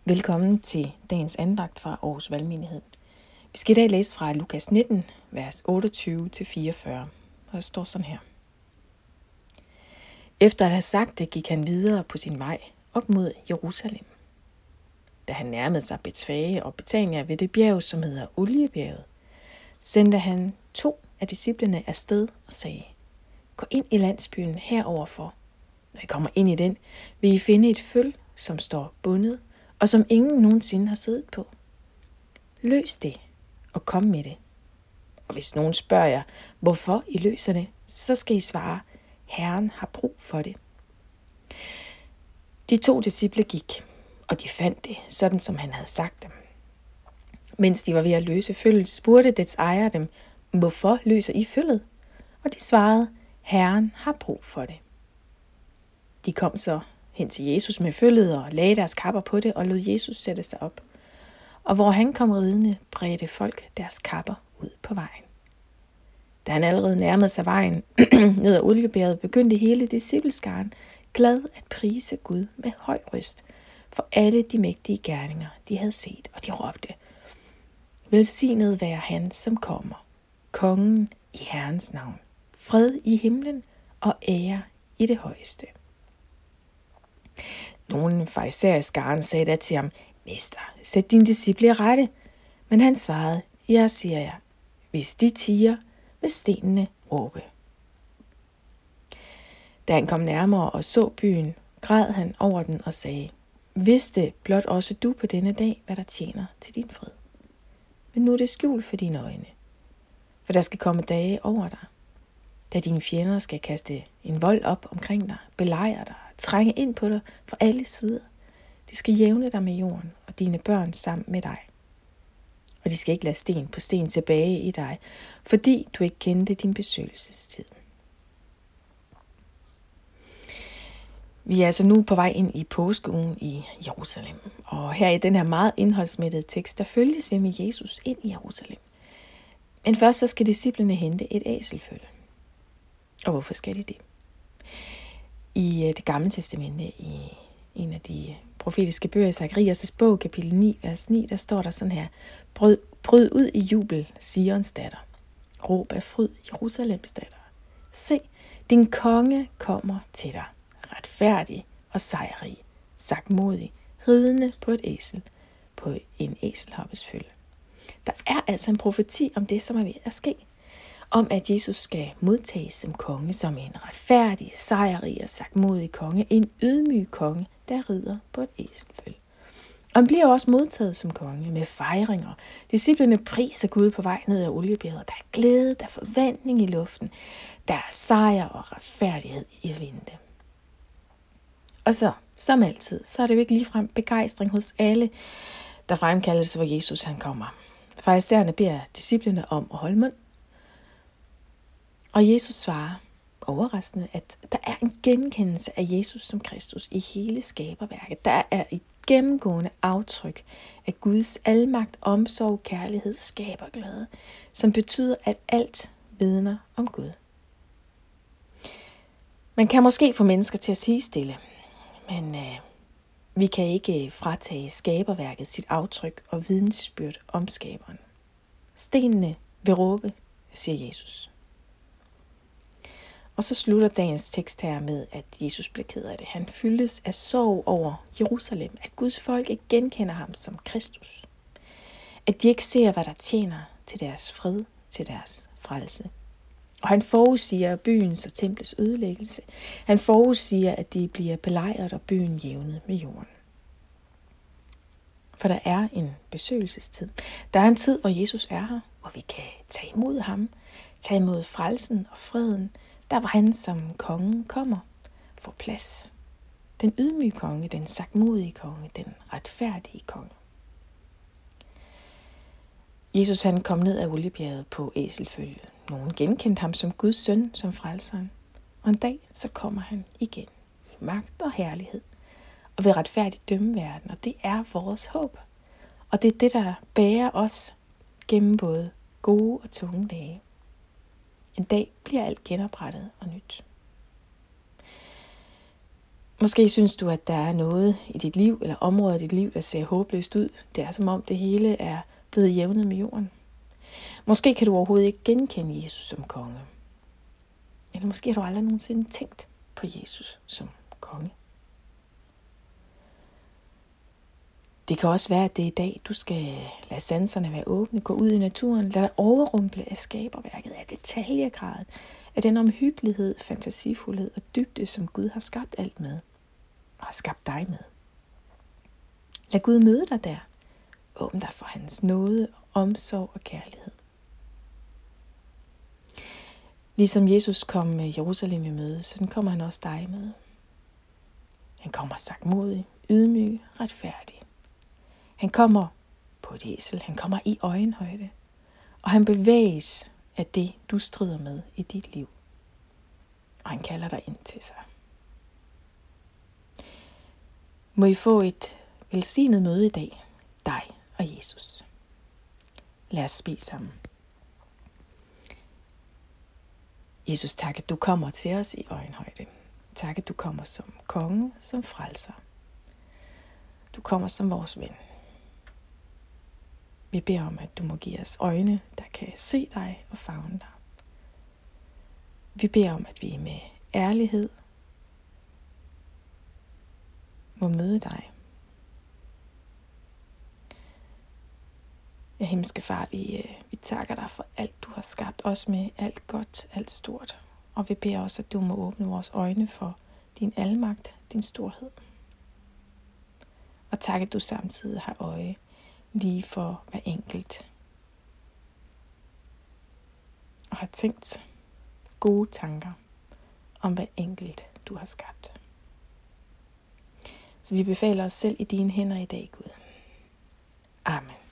Velkommen til dagens andagt fra Aarhus Valgmenighed. Vi skal i dag læse fra Lukas 19, vers 28-44, og det står sådan her. Efter at have sagt det, gik han videre på sin vej op mod Jerusalem. Da han nærmede sig Betfage og Betania ved det bjerg, som hedder Oliebjerget, sendte han 2 af disciplene afsted og sagde, gå ind i landsbyen heroverfor. Når I kommer ind i den, vil I finde et føl, som står bundet, og som ingen nogensinde har siddet på. Løs det, og kom med det. Og hvis nogen spørger jer, hvorfor I løser det, så skal I svare, Herren har brug for det. De 2 disciple gik, og de fandt det, sådan som han havde sagt dem. Mens de var ved at løse følget, spurgte dets ejer dem, hvorfor løser I følget? Og de svarede, Herren har brug for det. De kom så hen til Jesus med følget og lagde deres kapper på det og lod Jesus sætte sig op. Og hvor han kom ridende, bredte folk deres kapper ud på vejen. Da han allerede nærmede sig vejen ned ad Oliebjerget, begyndte hele discipleskaren glad at prise Gud med høj røst for alle de mægtige gerninger, de havde set, og de råbte, velsignet være han, som kommer, kongen i Herrens navn, fred i himlen og ære i det højeste. Nogle farisæer i skaren sagde da til ham, Mester, sæt dine disciple i rette. Men han svarede, jeg siger jer, hvis de tier, vil stenene råbe. Da han kom nærmere og så byen, græd han over den og sagde, vidste blot også du på denne dag, hvad der tjener til din fred. Men nu er det skjult for dine øjne, for der skal komme dage over dig, da dine fjender skal kaste en vold op omkring dig, belejre dig, trænge ind på dig fra alle sider. De skal jævne dig med jorden og dine børn sammen med dig. Og de skal ikke lade sten på sten tilbage i dig, fordi du ikke kendte din besøgelsestid. Vi er altså nu på vej ind i påskeugen i Jerusalem. Og her i den her meget indholdsmættede tekst, der følges vi med Jesus ind i Jerusalem. Men først så skal disciplene hente et æselfølge. Og hvorfor skal de det? I det gamle testamente, i en af de profetiske bøger i Zakarias' bog, kapitel 9, vers 9, der står der sådan her, bryd ud i jubel, Sions datter. Råb af fryd, Jerusalems datter. Se, din konge kommer til dig, retfærdig og sejrrig, sagtmodig, ridende på et æsel, på en æselhoppes følge. Der er altså en profeti om det, som er ved at ske. Om at Jesus skal modtages som konge, som en retfærdig, sejrrig og sagtmodig konge, en ydmyg konge, der rider på et æselføl. Og han bliver også modtaget som konge med fejringer. Disciplene priser Gud på vej ned ad Oliebjerget. Der er glæde, der er forventning i luften, der er sejr og retfærdighed i vente. Og så, som altid, så er det jo ikke ligefrem begejstring hos alle, der fremkaldes, hvor Jesus han kommer. Farisæerne beder disciplene om at holde mund. Og Jesus svarer overraskende, at der er en genkendelse af Jesus som Kristus i hele skaberværket. Der er et gennemgående aftryk af Guds almagt, omsorg, kærlighed, skaberglæde, som betyder, at alt vidner om Gud. Man kan måske få mennesker til at sige stille, men vi kan ikke fratage skaberværket sit aftryk og vidensbyrd om skaberen. Stenene vil råbe, siger Jesus. Og så slutter dagens tekst her med, at Jesus bliver ked af det. Han fyldes af sorg over Jerusalem, at Guds folk ikke genkender ham som Kristus. At de ikke ser, hvad der tjener til deres fred, til deres frelse. Og han forudsiger byens og templets ødelæggelse. Han forudsiger, at de bliver belejret og byen jævnet med jorden. For der er en besøgelsestid. Der er en tid, hvor Jesus er her, hvor vi kan tage imod ham, tage imod frelsen og freden, der hvor han som kongen kommer, får plads. Den ydmyge konge, den sagtmodige konge, den retfærdige konge. Jesus han kom ned af Oliebjerget på æselfølge. Nogen genkendte ham som Guds søn, som frelseren. Og en dag så kommer han igen i magt og herlighed og vil retfærdigt dømme verden. Og det er vores håb. Og det er det, der bærer os gennem både gode og tunge dage. En dag bliver alt genoprettet og nyt. Måske synes du, at der er noget i dit liv, eller områder i dit liv, der ser håbløst ud. Det er som om det hele er blevet jævnet med jorden. Måske kan du overhovedet ikke genkende Jesus som konge. Eller måske har du aldrig nogensinde tænkt på Jesus som konge. Det kan også være, at det er i dag, du skal lade sanserne være åbne, gå ud i naturen, lad dig overrumple af skaberværket, af detaljegraden, af den omhyggelighed, fantasifuldhed og dybde, som Gud har skabt alt med, og har skabt dig med. Lad Gud møde dig der. Åbn dig for hans nåde, omsorg og kærlighed. Ligesom Jesus kom med Jerusalem i møde, sådan kommer han også dig med. Han kommer sagtmodig, ydmyg, retfærdig. Han kommer på et æsel, han kommer i øjenhøjde, og han bevæges af det, du strider med i dit liv. Og han kalder dig ind til sig. Må I få et velsignet møde i dag, dig og Jesus. Lad os bede sammen. Jesus, tak, at du kommer til os i øjenhøjde. Tak, at du kommer som konge, som frelser. Du kommer som vores ven. Vi beder om, at du må give os øjne, der kan se dig og favne dig. Vi beder om, at vi med ærlighed må møde dig. Ja, himmelske far, vi takker dig for alt, du har skabt, os med alt godt, alt stort. Og vi beder også, at du må åbne vores øjne for din almagt, din storhed. Og tak, at du samtidig har øje lige for hver enkelt. Og har tænkt gode tanker om hver enkelt, du har skabt. Så vi befaler os selv i dine hænder i dag, Gud. Amen.